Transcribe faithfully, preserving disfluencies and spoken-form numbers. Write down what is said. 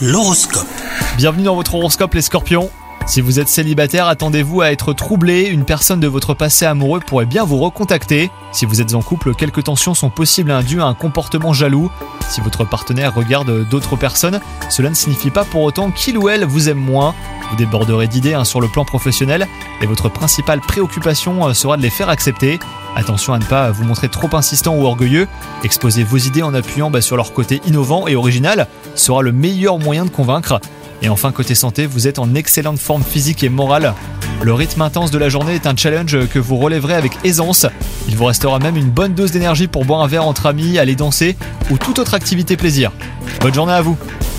L'horoscope. Bienvenue dans votre horoscope les scorpions. Si vous êtes célibataire, attendez-vous à être troublé, une personne de votre passé amoureux pourrait bien vous recontacter. Si vous êtes en couple, quelques tensions sont possibles indues à un comportement jaloux. Si votre partenaire regarde d'autres personnes, cela ne signifie pas pour autant qu'il ou elle vous aime moins. Vous déborderez d'idées hein, sur le plan professionnel et votre principale préoccupation euh, sera de les faire accepter. Attention à ne pas vous montrer trop insistant ou orgueilleux. Exposer vos idées en appuyant bah, sur leur côté innovant et original sera le meilleur moyen de convaincre. Et enfin, côté santé, vous êtes en excellente forme physique et morale. Le rythme intense de la journée est un challenge que vous relèverez avec aisance. Il vous restera même une bonne dose d'énergie pour boire un verre entre amis, aller danser ou toute autre activité plaisir. Bonne journée à vous!